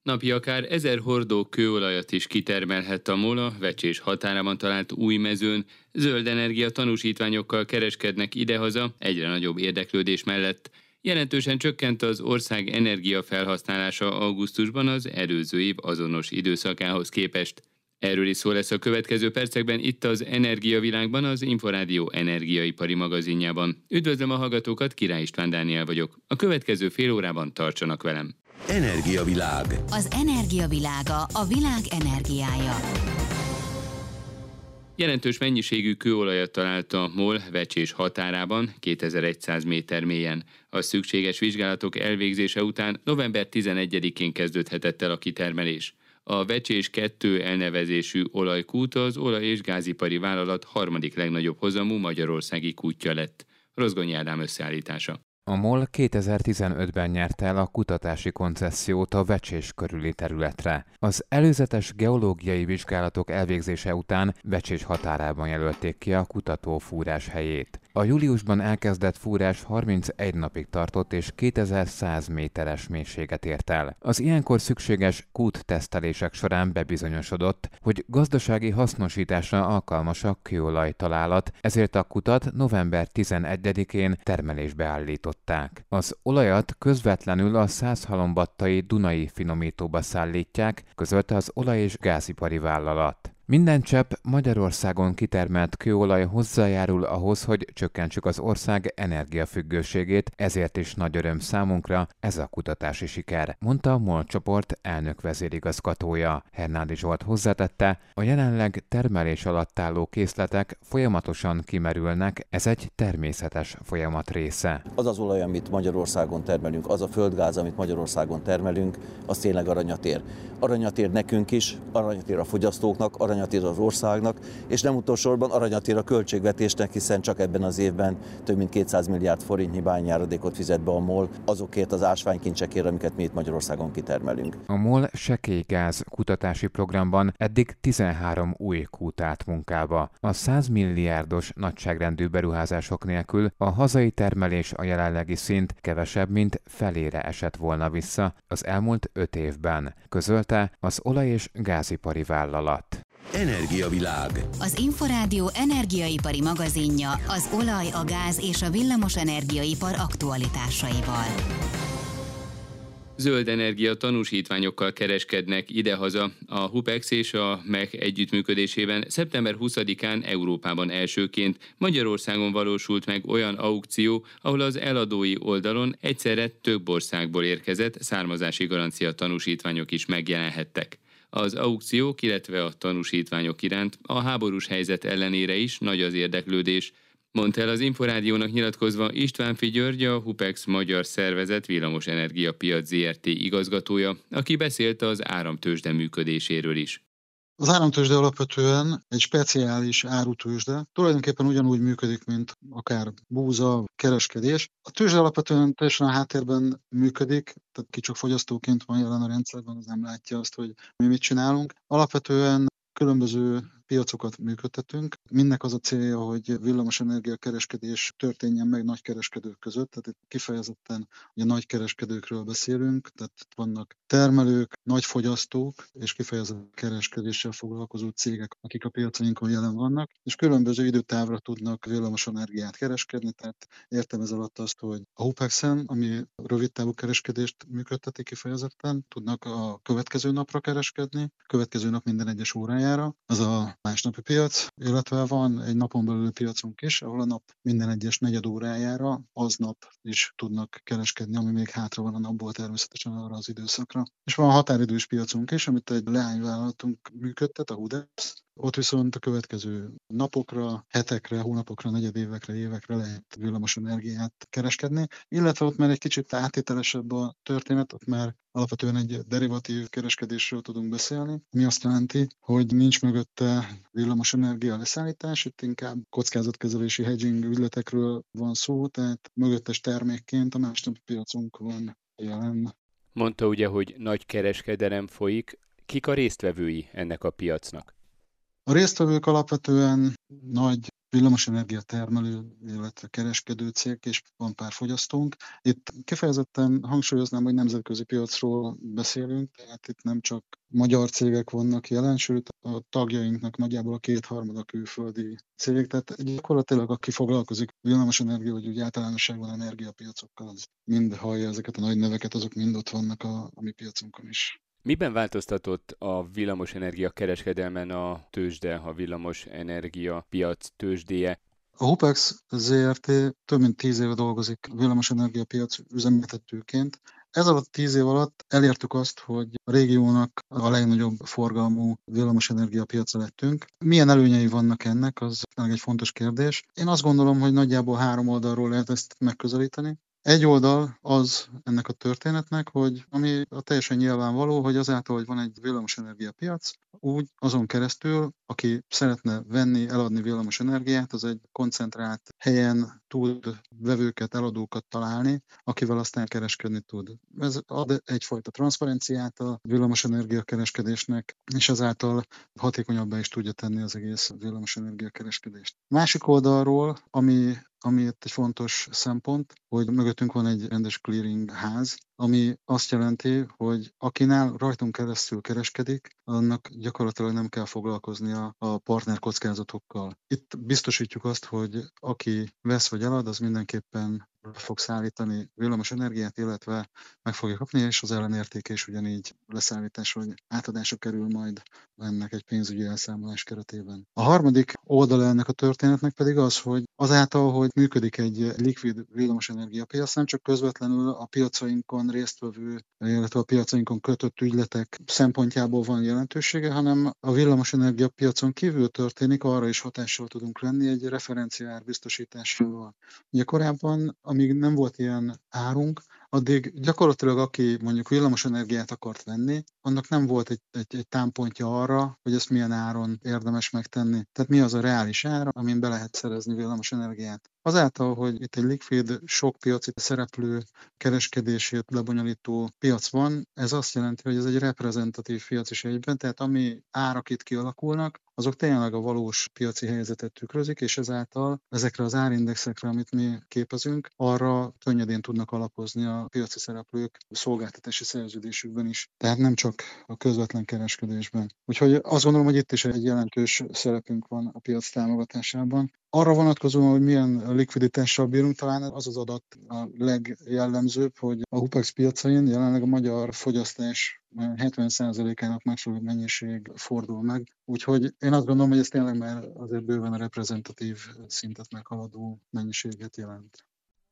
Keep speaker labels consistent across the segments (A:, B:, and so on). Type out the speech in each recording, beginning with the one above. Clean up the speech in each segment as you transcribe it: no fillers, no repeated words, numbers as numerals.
A: Napi akár 1000 hordó kőolajat is kitermelhet a MOL a Vecsés határában talált új mezőn. Zöld energia tanúsítványokkal kereskednek idehaza, egyre nagyobb érdeklődés mellett. Jelentősen csökkent az ország energiafelhasználása augusztusban az előző év azonos időszakához képest. Erről is szó lesz a következő percekben itt az Energiavilágban, az Inforádió energiaipari magazinjában. Üdvözlöm a hallgatókat, Király István Dániel vagyok. A következő fél órában tartsanak velem.
B: Energiavilág.
C: Az energiavilága, a világ energiája.
A: Jelentős mennyiségű kőolajat talált a MOL Vecsés határában, 2100 méter mélyen. A szükséges vizsgálatok elvégzése után november 11-én kezdődhetett el a kitermelés. A Vecsés 2 elnevezésű olajkút az olaj- és gázipari vállalat harmadik legnagyobb hozamú magyarországi kútja lett. Rozgonyi Ádám összeállítása.
D: A MOL 2015-ben nyerte el a kutatási koncessziót a Vecsés körüli területre. Az előzetes geológiai vizsgálatok elvégzése után Vecsés határában jelölték ki a kutató fúrás helyét. A júliusban elkezdett fúrás 31 napig tartott és 2100 méteres mélységet ért el. Az ilyenkor szükséges kúttesztelések során bebizonyosodott, hogy gazdasági hasznosításra alkalmas a kőolaj találat, ezért a kutat november 11-én termelésbe állították. Az olajat közvetlenül a Százhalombattai Dunai finomítóba szállítják, közölte az olaj- és gázipari vállalat. Minden csepp Magyarországon kitermelt kőolaj hozzájárul ahhoz, hogy csökkentsük az ország energiafüggőségét, ezért is nagy öröm számunkra ez a kutatási siker, mondta a MOL csoport elnök vezérigazgatója. Hernádi Zsolt hozzátette, a jelenleg termelés alatt álló készletek folyamatosan kimerülnek, ez egy természetes folyamat része.
E: Az az olaj, amit Magyarországon termelünk, az a földgáz, amit Magyarországon termelünk, az tényleg aranyat ér. Aranyat ér nekünk is, aranyat ér a fogyasztóknak, aranyat ér az országnak, és nem utolsóban aranyat ér a költségvetésnek, hiszen csak ebben az évben több mint 200 milliárd forintnyi bányjáradékot fizet be a MOL azokért az ásványkincsekért, amiket mi itt Magyarországon kitermelünk.
D: A MOL sekélygáz kutatási programban eddig 13 új kút állt munkába. A 100 milliárdos nagyságrendű beruházások nélkül a hazai termelés a jelenlegi szint kevesebb, mint felére esett volna vissza az elmúlt 5 évben, közölte az olaj- és gázipari vállalat.
B: Energiavilág.
C: Az Inforádió energiaipari magazinja az olaj, a gáz és a villamos energiaipar aktualitásaival.
A: Zöld energia tanúsítványokkal kereskednek idehaza. A HUPEX és a MEC együttműködésében szeptember 20-án Európában elsőként Magyarországon valósult meg olyan aukció, ahol az eladói oldalon egyszerre több országból érkezett származási garancia tanúsítványok is megjelenhettek. Az aukciók, illetve a tanúsítványok iránt a háborús helyzet ellenére is nagy az érdeklődés, mondta el az Inforádiónak nyilatkozva Istvánffy György, a HUPEX magyar szervezet Villamosenergia Piac Zrt. Igazgatója, aki beszélt az áramtőzsde működéséről is.
F: Az áramtőzsde alapvetően egy speciális árutőzsde, tulajdonképpen ugyanúgy működik, mint akár búza, kereskedés. A tőzsde alapvetően teljesen a háttérben működik, tehát ki csak fogyasztóként van jelen a rendszerben, az nem látja azt, hogy mi mit csinálunk. Alapvetően különböző piacokat működtetünk. Mindnek az a célja, hogy villamosenergia kereskedés történjen meg nagykereskedők között, tehát itt kifejezetten ugye nagykereskedőkről beszélünk, tehát itt vannak termelők, nagyfogyasztók és kifejezetten kereskedéssel foglalkozó cégek, akik a piacainkon jelen vannak, és különböző időtávra tudnak villamosenergiát kereskedni, tehát értem ez alatt azt, hogy a HUPEX-en, ami rövidtávú kereskedést működteti kifejezetten, tudnak a következő napra kereskedni, következő nap minden egyes órájára, az a másnapi piac, illetve van egy napon belüli piacunk is, ahol a nap minden egyes negyed órájára aznap is tudnak kereskedni, ami még hátra van a napból természetesen arra az időszakra. És van határidős piacunk is, amit egy leányvállalatunk működtet, a HUDEPS. Ott viszont a következő napokra, hetekre, hónapokra, negyedévekre, évekre lehet villamosenergiát kereskedni, illetve ott már egy kicsit áttételesebb a történet, ott már alapvetően egy derivatív kereskedésről tudunk beszélni, ami azt jelenti, hogy nincs mögötte villamosenergia leszállítás, itt inkább kockázatkezelési hedging ügyletekről van szó, tehát mögöttes termékként a másnapi piacunk van jelen.
A: Mondta ugye, hogy nagy kereskedelem folyik. Kik a résztvevői ennek a piacnak?
F: A résztvevők alapvetően nagy villamosenergia termelő, illetve kereskedő cég, és van pár fogyasztónk. Itt kifejezetten hangsúlyoznám, hogy nemzetközi piacról beszélünk, tehát itt nem csak magyar cégek vannak jelen, sőt a tagjainknak nagyjából a 2/3 külföldi cég, tehát gyakorlatilag aki foglalkozik villamosenergia, vagy úgy általánosságban energiapiacokkal, az mind hallja ezeket a nagy neveket, azok mind ott vannak a mi piacunkon is.
A: Miben változtatott a villamosenergia kereskedelmen a tőzsde, a villamosenergia piac tőzsdéje?
F: A Hupex Zrt. Több mint 10 éve dolgozik villamosenergia piac üzemeltetőként. Ez alatt 10 év alatt elértük azt, hogy a régiónak a legnagyobb forgalmú villamosenergia piaca lettünk. Milyen előnyei vannak ennek, az egy fontos kérdés. Én azt gondolom, hogy nagyjából 3 oldalról lehet ezt megközelíteni. Egy oldal az ennek a történetnek, hogy ami a teljesen nyilvánvaló, hogy azáltal, hogy van egy villamosenergia piac, úgy azon keresztül, aki szeretne venni, eladni villamosenergiát, az egy koncentrált helyen tud vevőket, eladókat találni, akivel aztán kereskedni tud. Ez ad egyfajta transzparenciát a villamosenergia kereskedésnek, és ezáltal hatékonyabbá is tudja tenni az egész villamosenergia kereskedést. Másik oldalról, ami itt egy fontos szempont, hogy mögöttünk van egy rendes clearing ház, ami azt jelenti, hogy akinál rajtunk keresztül kereskedik, annak gyakorlatilag nem kell foglalkoznia a partner kockázatokkal. Itt biztosítjuk azt, hogy aki vesz vagy elad, az mindenképpen fog szállítani villamos energiát, illetve meg fogja kapni, és az ellenértéke is ugyanígy leszállítás vagy átadásra kerül majd ennek egy pénzügyi elszámolás keretében. A harmadik oldala ennek a történetnek pedig az, hogy azáltal, hogy működik egy likvid villamosenergia piac, nem csak közvetlenül a piacainkon résztvevő, illetve a piacainkon kötött ügyletek szempontjából van jelentősége, hanem a villamosenergia piacon kívül történik, arra is hatással tudunk lenni egy referenciaár biztosításával. Ugye korábban, amíg nem volt ilyen árunk, addig gyakorlatilag aki mondjuk villamosenergiát akart venni, annak nem volt egy támpontja arra, hogy ezt milyen áron érdemes megtenni. Tehát mi az a reális ár, amin be lehet szerezni villamosenergiát. Azáltal, hogy itt egy likvid, sok piaci szereplő kereskedését lebonyolító piac van, ez azt jelenti, hogy ez egy reprezentatív piac is egyben, tehát ami árak itt kialakulnak, azok tényleg a valós piaci helyzetet tükrözik, és ezáltal ezekre az árindexekre, amit mi képezünk, arra könnyedén tudnak alapozni a piaci szereplők szolgáltatási szerződésükben is, tehát nem csak a közvetlen kereskedésben. Úgyhogy azt gondolom, hogy itt is egy jelentős szerepünk van a piac támogatásában. Arra vonatkozóan, hogy milyen likviditással bírunk, talán az az adat a legjellemzőbb, hogy a Hupex piacain jelenleg a magyar fogyasztás 70%-ának megfelelő mennyiség fordul meg. Úgyhogy én azt gondolom, hogy ez tényleg már azért bőven a reprezentatív szintet meghaladó mennyiséget jelent.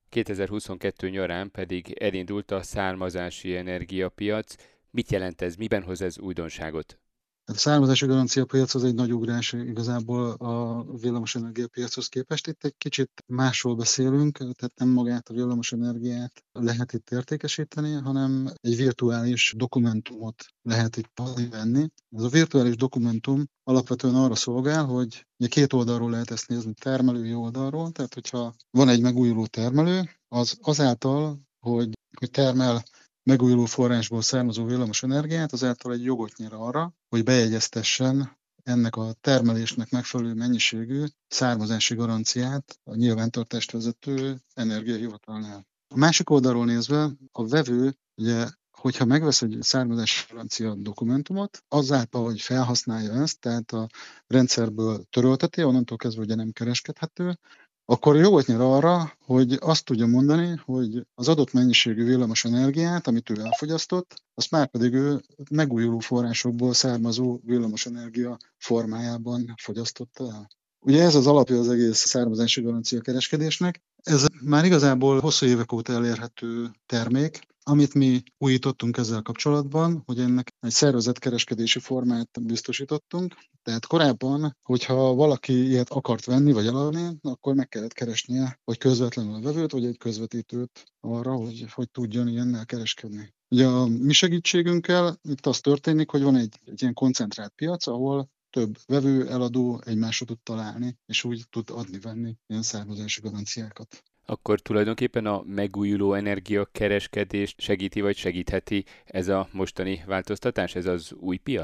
A: 2022 nyarán pedig elindult a származási energiapiac. Mit jelent ez, miben hoz ez újdonságot?
F: A származási garancia piac az egy nagy ugrás igazából a villamosenergia piachoz képest. Itt egy kicsit másról beszélünk, tehát nem magát a villamosenergiát lehet itt értékesíteni, hanem egy virtuális dokumentumot lehet itt venni. Ez a virtuális dokumentum alapvetően arra szolgál, hogy két oldalról lehet ezt nézni, termelői oldalról, tehát hogyha van egy megújuló termelő, az azáltal, hogy termel megújuló forrásból származó villamos energiát, azáltal egy jogot nyer arra, hogy bejegyeztessen ennek a termelésnek megfelelő mennyiségű származási garanciát a nyilvántartást vezető energiahivatalnál. A másik oldalról nézve a vevő, ugye, hogyha megvesz egy származási garancia dokumentumot, azáltal, hogy felhasználja ezt, tehát a rendszerből törölteti, onnantól kezdve ugye nem kereskedhető, akkor jogot nyer arra, hogy azt tudja mondani, hogy az adott mennyiségű villamos energiát, amit ő elfogyasztott, azt már pedig ő megújuló forrásokból származó villamos energia formájában fogyasztotta el. Ugye ez az alapja az egész származási garancia kereskedésnek. Ez már igazából hosszú évek óta elérhető termék, amit mi újítottunk ezzel kapcsolatban, hogy ennek egy szervezett kereskedési formát biztosítottunk. Tehát korábban, hogyha valaki ilyet akart venni vagy eladni, akkor meg kellett keresnie, vagy közvetlenül a vevőt, vagy egy közvetítőt arra, hogy tudjon ilyennel kereskedni. Ugye a mi segítségünkkel itt az történik, hogy van egy ilyen koncentrált piac, ahol több vevő, eladó egymásra tud találni, és úgy tud adni-venni ilyen származási garanciákat.
A: Akkor tulajdonképpen a megújuló energiakereskedést segíti vagy segítheti ez a mostani változtatás, ez az új piac?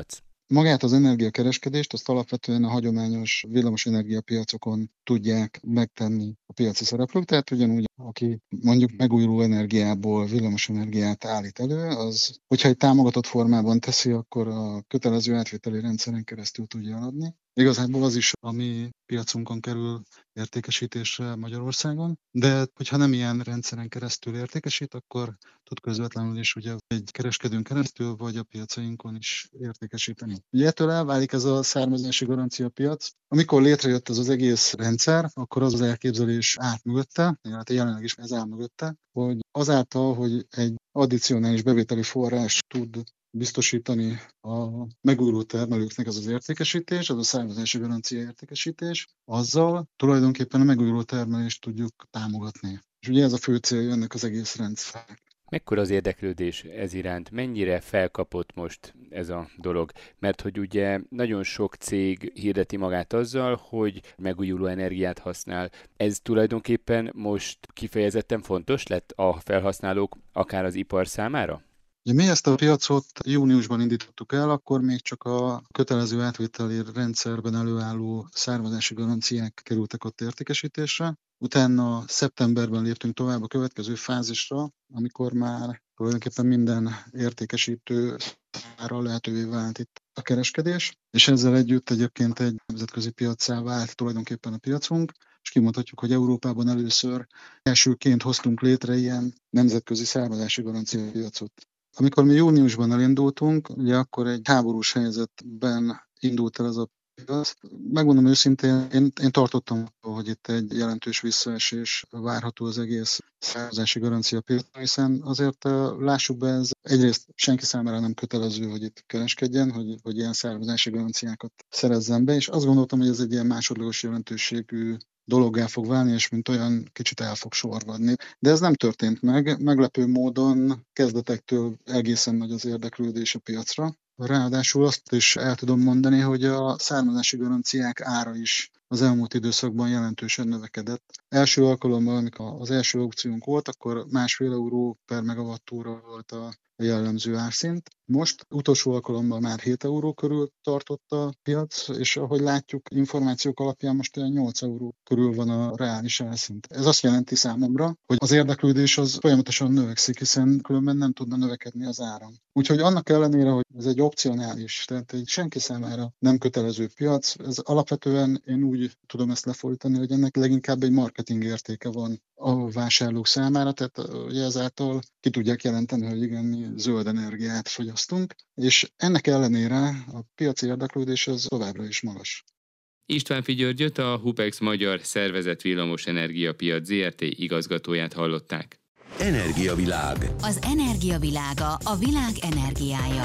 F: Magát az energiakereskedést azt alapvetően a hagyományos villamosenergia piacokon tudják megtenni a piaci szereplők, tehát ugyanúgy, aki mondjuk megújuló energiából villamosenergiát állít elő, az, hogyha egy támogatott formában teszi, akkor a kötelező átvételi rendszeren keresztül tudja eladni. Igazából az is, ami piacunkon kerül értékesítésre Magyarországon, de hogyha nem ilyen rendszeren keresztül értékesít, akkor tud közvetlenül is ugye egy kereskedőn keresztül, vagy a piacainkon is értékesíteni. Ugye ettől elválik ez a származási garancia piac. Amikor létrejött ez az egész rendszer, akkor az elképzelés állt mögötte, illetve jelenleg is ez áll mögötte, hogy azáltal, hogy egy addicionális bevételi forrás tud biztosítani a megújuló termelőknek az értékesítés, az a származási garancia értékesítés, azzal tulajdonképpen a megújuló termelést tudjuk támogatni. És ugye ez a fő célja ennek az egész rendszernek.
G: Mekkora az érdeklődés ez iránt? Mennyire felkapott most ez a dolog? Mert hogy ugye nagyon sok cég hirdeti magát azzal, hogy megújuló energiát használ. Ez tulajdonképpen most kifejezetten fontos lett a felhasználók, akár az ipar számára?
F: Mi ezt a piacot júniusban indítottuk el, akkor még csak a kötelező átvételi rendszerben előálló származási garanciák kerültek ott értékesítésre. Utána szeptemberben léptünk tovább a következő fázisra, amikor már tulajdonképpen minden értékesítő számára lehetővé vált itt a kereskedés, és ezzel együtt egyébként egy nemzetközi piaccá vált tulajdonképpen a piacunk, és kimondhatjuk, hogy Európában először elsőként hoztunk létre ilyen nemzetközi származási garancia piacot. Amikor mi júniusban elindultunk, ugye akkor egy háborús helyzetben indult el ez a piac. Megmondom őszintén, én tartottam, hogy itt egy jelentős visszaesés várható az egész származási garancia piacon, hiszen azért lássuk be, ez egyrészt senki számára nem kötelező, hogy itt kereskedjen, hogy ilyen származási garanciákat szerezzen be, és azt gondoltam, hogy ez egy ilyen másodlagos jelentőségű dologgá fog válni, és mint olyan kicsit el fog sorvadni. De ez nem történt meg. Meglepő módon kezdetektől egészen nagy az érdeklődés a piacra. Ráadásul azt is el tudom mondani, hogy a származási garanciák ára is az elmúlt időszakban jelentősen növekedett. Első alkalommal, amikor az első aukciónk volt, akkor 1,5 euró per megawattóra volt a jellemző árszint. Most utolsó alkalommal már 7 euró körül tartott a piac, és ahogy látjuk, információk alapján most olyan 8 euró körül van a reális árszint. Ez azt jelenti számomra, hogy az érdeklődés az folyamatosan növekszik, hiszen különben nem tudna növekedni az áram. Úgyhogy annak ellenére, hogy ez egy opcionális, tehát egy senki számára nem kötelező piac, ez alapvetően én úgy tudom ezt lefordítani, hogy ennek leginkább egy marketing értéke van a vásárlók számára, tehát ugye ezáltal ki tudják jelenteni, hogy igen, mi zöld energiát fogyasztunk, és ennek ellenére a piaci érdeklődés az továbbra is magas.
A: Istvánffy Györgyöt, a Hupex Magyar Szervezett Villamosenergia Piac Zrt. Igazgatóját hallották.
B: Energiavilág.
C: Az energia világa, a világ energiája.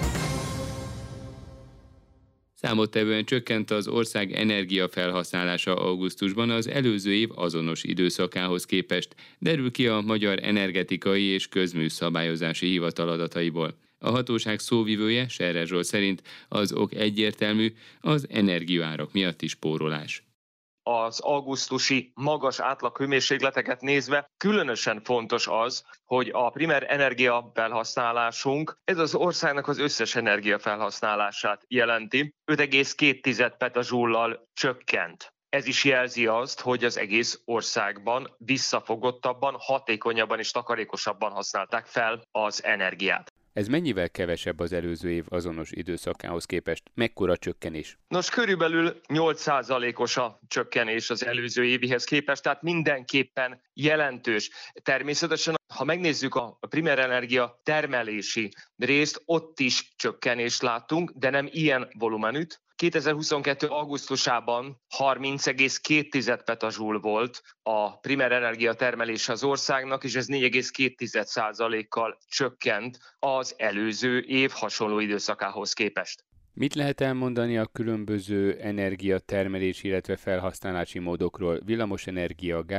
A: Számottevően csökkent az ország energiafelhasználása augusztusban az előző év azonos időszakához képest, derül ki a Magyar Energetikai és Közműszabályozási Hivatal adataiból. A hatóság szóvivője, Serre Zsolt szerint az ok egyértelmű, az energiaárak miatti spórolás.
H: Az augusztusi magas átlaghőmérsékleteket nézve különösen fontos az, hogy a primer energiafelhasználásunk, ez az országnak az összes energiafelhasználását jelenti, 5,2 petazsúllal csökkent. Ez is jelzi azt, hogy az egész országban visszafogottabban, hatékonyabban és takarékosabban használták fel az energiát.
G: Ez mennyivel kevesebb az előző év azonos időszakához képest? Mekkora csökkenés?
H: Nos, körülbelül 8%-os a csökkenés az előző évihez képest, tehát mindenképpen jelentős. Természetesen, ha megnézzük a primer energia termelési részt, ott is csökkenést látunk, de nem ilyen volumenűt. 2022. augusztusában 30,2 petazsúl volt a primer energia termelése az országnak, és ez 4,2%-kal csökkent az előző év hasonló időszakához képest.
G: Mit lehet elmondani a különböző energiatermelési, illetve felhasználási módokról? Villamosenergia, gáz?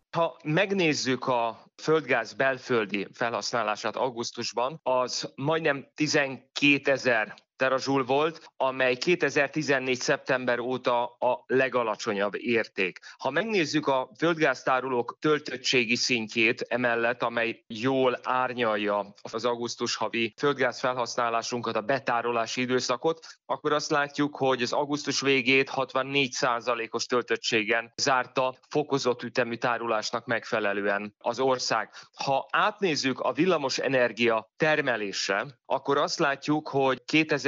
H: Ha megnézzük a földgáz belföldi felhasználását augusztusban, az majdnem 12 000 terazsul volt, amely 2014. szeptember óta a legalacsonyabb érték. Ha megnézzük a földgáztárolók töltöttségi szintjét emellett, amely jól árnyalja az augusztus havi földgáz felhasználásunkat, a betárolási időszakot, akkor azt látjuk, hogy az augusztus végét 64%-os töltöttségen zárta fokozott ütemű tárolásnak megfelelően az ország. Ha átnézzük a villamos energia termelésre, akkor azt látjuk, hogy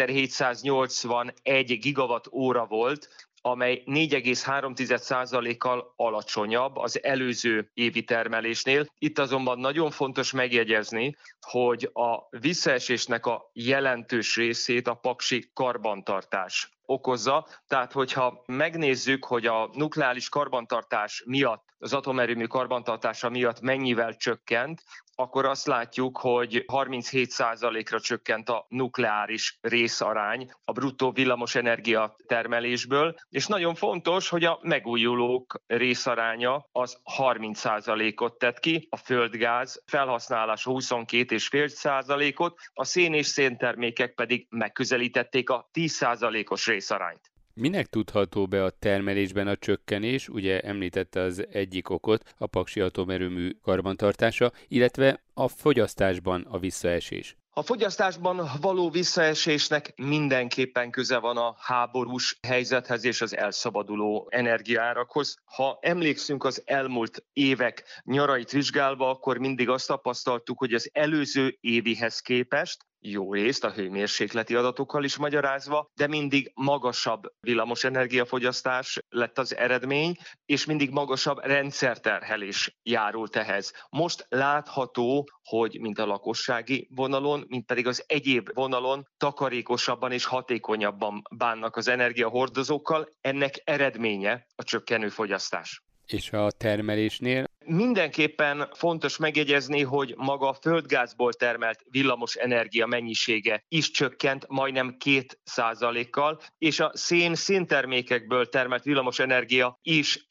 H: 2781 gigawatt óra volt, amely 4,3%-kal alacsonyabb az előző évi termelésnél. Itt azonban nagyon fontos megjegyezni, hogy a visszaesésnek a jelentős részét a paksi karbantartás okozza. Tehát, hogyha megnézzük, hogy a nukleáris karbantartás miatt, az atomerőmű karbantartása miatt mennyivel csökkent, akkor azt látjuk, hogy 37%-ra csökkent a nukleáris részarány a bruttó villamosenergia termelésből, és nagyon fontos, hogy a megújulók részaránya az 30%-ot tett ki, a földgáz felhasználása 22,5%-ot, a szén és széntermékek pedig megközelítették a 10%-os részarányt.
G: Minek tudható be a termelésben a csökkenés? Ugye említette az egyik okot, a paksi atomerőmű karbantartása, illetve a fogyasztásban a visszaesés.
H: A fogyasztásban való visszaesésnek mindenképpen köze van a háborús helyzethez és az elszabaduló energiaárakhoz. Ha emlékszünk az elmúlt évek nyarait vizsgálva, akkor mindig azt tapasztaltuk, hogy az előző évihez képest, jó részt a hőmérsékleti adatokkal is magyarázva, de mindig magasabb villamos energiafogyasztás lett az eredmény, és mindig magasabb rendszerterhelés járult ehhez. Most látható, hogy mind a lakossági vonalon, mind pedig az egyéb vonalon takarékosabban és hatékonyabban bánnak az energiahordozókkal, ennek eredménye a csökkenő fogyasztás.
G: És a termelésnél?
H: Mindenképpen fontos megjegyezni, hogy maga a földgázból termelt villamos energia mennyisége is csökkent majdnem 2%-kal, és a széntermékekből termelt villamos energia is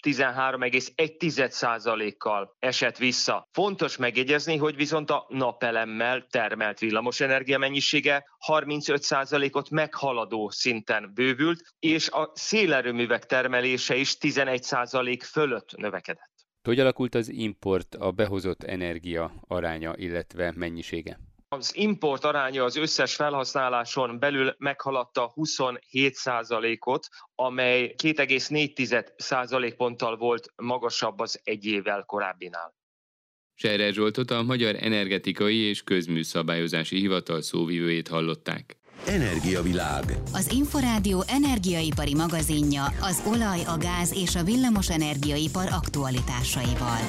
H: 13,1%-kal esett vissza. Fontos megjegyezni, hogy viszont a napelemmel termelt villamos energia mennyisége 35%-ot meghaladó szinten bővült, és a szélerőművek termelése is 11% fölött növekedett.
G: Hogy alakult az import, a behozott energia aránya, illetve mennyisége?
H: Az import aránya az összes felhasználáson belül meghaladta 27%-ot, amely 2,4%-ponttal volt magasabb az egy évvel korábbinál.
A: Scherer Zsoltot, a Magyar Energetikai és Közműszabályozási Hivatal szóvivőjét hallották.
B: Energiavilág.
C: Az Inforádió energiaipari magazinja az olaj, a gáz és a villamos energiaipar aktualitásaival.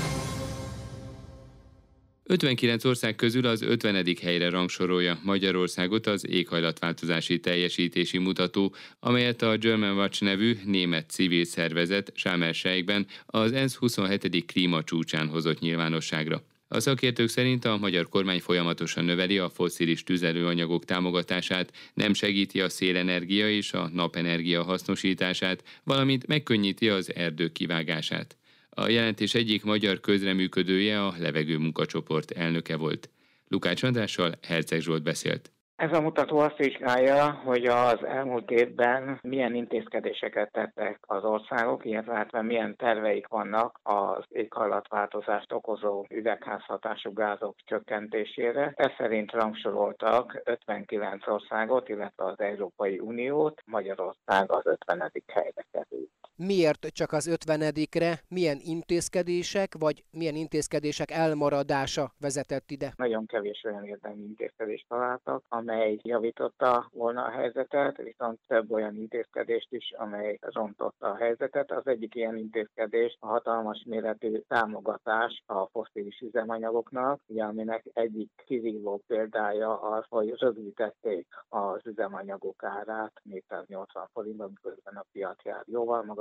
A: 59 ország közül az 50. helyre rangsorolja Magyarországot az éghajlatváltozási teljesítési mutató, amelyet a German Watch nevű német civil szervezet Sharm el-Sheikben az ENSZ 27. klímacsúcsán hozott nyilvánosságra. A szakértők szerint a magyar kormány folyamatosan növeli a fosszilis tüzelőanyagok támogatását, nem segíti a szélenergia és a napenergia hasznosítását, valamint megkönnyíti az erdők kivágását. A jelentés egyik magyar közreműködője a levegő munkacsoport elnöke volt. Lukács Andrással Herceg Zsolt beszélt.
I: Ez a mutató azt vizsgálja, hogy az elmúlt évben milyen intézkedéseket tettek az országok, illetve milyen terveik vannak az éghajlatváltozást okozó üvegházhatású gázok csökkentésére. Ez szerint rangsoroltak 59 országot, illetve az Európai Uniót, Magyarország az 50. helyre került.
J: Miért csak az 50-re? Milyen intézkedések, vagy milyen intézkedések elmaradása vezetett ide?
I: Nagyon kevés olyan érdemi intézkedést találtak, amely javította volna a helyzetet, viszont több olyan intézkedést is, amely rontotta a helyzetet. Az egyik ilyen intézkedés a hatalmas méretű támogatás a fosszilis üzemanyagoknak, ugye, aminek egyik kirívó példája az, hogy rögzítették az üzemanyagok árát 480 forintban, miközben a piac jár jóval magasabb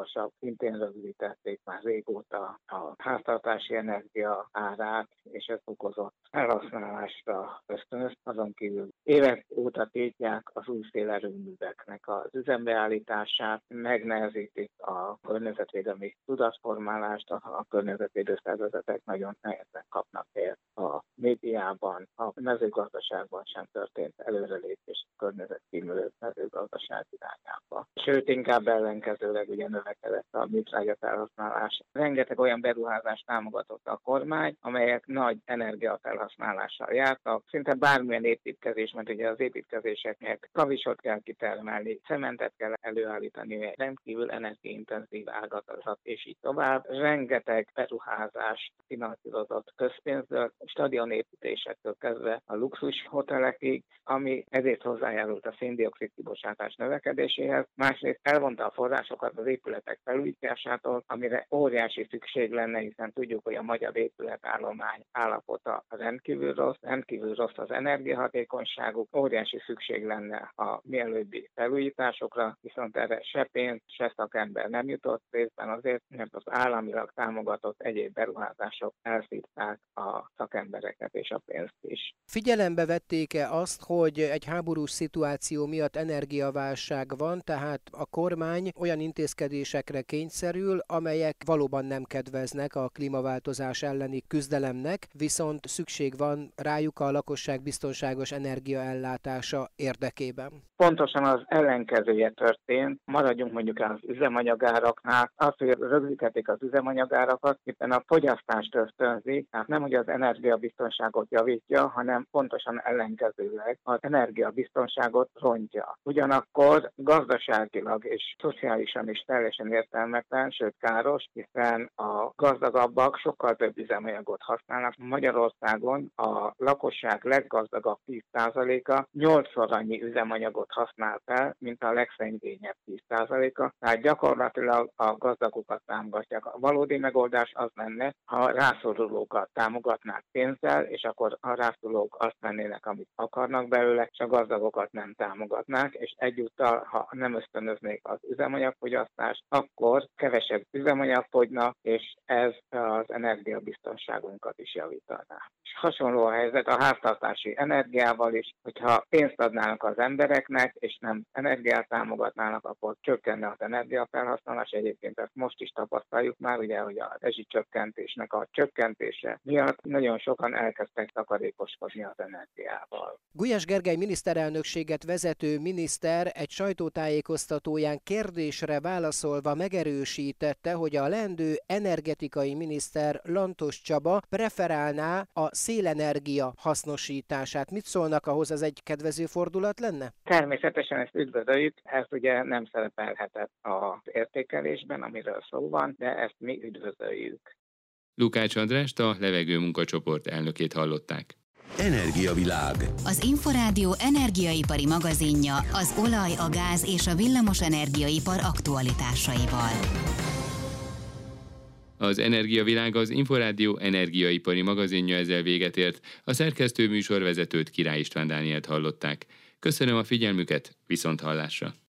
I: legmagasabb, szintén rögzítették már régóta a háztartási energia árát, és ez okozott felhasználásra ösztönöz. Azon kívül évek óta tiltják az új szélerőműveknek az üzembeállítását, megnehezítik a környezetvédelmi tudatformálást, a környezetvédő szervezetek nagyon nehezen kapnak helyet a médiában, a mezőgazdaságban sem történt előrelépés a környezetkímélő mezőgazdaság irányába. Sőt, inkább ellenkezőleg ugye növekedett a műtrágya felhasználás. Rengeteg olyan beruházást támogatott a kormány, amelyek nagy energiafelhasználással jártak. Szinte bármilyen építkezés, mert ugye az építkezéseknek kavicsot kell kitermelni, cementet kell előállítani, egy rendkívül energiaintenzív ágazat, és így tovább. Rengeteg beruházás finanszírozott közpénzből, stadionépítésektől kezdve a luxus hotelekig, ami ezért hozzájárult a szén-dioxid kibocsátás növekedéséhez. Másrészt elvonta a forrásokat az épületek felújításától, amire óriási szükség lenne, hiszen tudjuk, hogy a magyar épületállomány állapota rendkívül rossz az energiahatékonyságuk, óriási szükség lenne a mielőbbi felújításokra, viszont erre se pénz, se szakember nem jutott, részben azért, mert az államilag támogatott egyéb beruházások elszívták a szakembereket és a pénzt is.
J: Figyelembe vették-e azt, hogy egy háborús szituáció miatt energiaválság van, tehát a kormány olyan intézkedésekre kényszerül, amelyek valóban nem kedveznek a klímaváltozás elleni küzdelemnek, viszont szükség van rájuk a lakosság biztonságos energiaellátása érdekében?
I: Pontosan az ellenkezője történt. Maradjunk mondjuk az üzemanyagáraknál. Az, hogy rögzítették az üzemanyagárakat, éppen a fogyasztást ösztönzi, tehát nem, hogy az energiabiztonságot javítja, hanem pontosan ellenkezőleg az energiabiztonságot rontja. Ugyanakkor gazdaságilag és szociálisan is teljesen értelmetlen, sőt káros, hiszen a gazdagabbak sokkal több üzemanyagot használnak. Magyarországon a lakosság leggazdagabb 10%-a 8-szor annyi üzemanyagot használ fel, mint a legszegényebb 10%-a. Tehát gyakorlatilag a gazdagokat támogatják. A valódi megoldás az lenne, ha rászorulókat támogatnák pénzzel, és akkor a rászorulók azt vennének, amit akarnak belőle, és a gazdagokat nem támogatnák, és egyúttal, ha nem ösztönöznék az üzemanyagfogyasztást, akkor kevesebb üzemanyag fogyna, és ez az energiabiztonságunkat is javítaná. És hasonló a helyzet a háztartási energiával is, hogyha pénzt adnának az embereknek, és nem energiát támogatnának, akkor csökkenne az energiafelhasználás. Egyébként ezt most is tapasztaljuk már, ugye, hogy a rezsicsökkentésnek a csökkentése miatt nagyon sokan elkezdtek takarékoskodni az energiával.
J: Gulyás Gergely miniszterelnökséget vezető miniszter egy sajtótájékoztatóján kérdésre válaszolva megerősítette, hogy a leendő energetikai miniszter Lantos Csaba preferálná a szélenergia hasznosítását. Mit szólnak ahhoz, ez egy kedvező fordulat lenne?
I: Természetesen ezt üdvözöljük, ez ugye nem szerepelhetett az értékelésben, amiről szó van, de ezt mi üdvözöljük.
A: Lukács Andrást, a Levegő Munkacsoport elnökét hallották.
B: Energiavilág.
C: Az Inforádió energiaipari magazinja az olaj, a gáz és a villamos energiaipar aktualitásaival.
A: Az Energiavilág, az Inforádió energiaipari magazinja ezzel véget ért. A szerkesztő műsorvezetőt, Király István Dánielt hallották. Köszönöm a figyelmüket, viszonthallásra!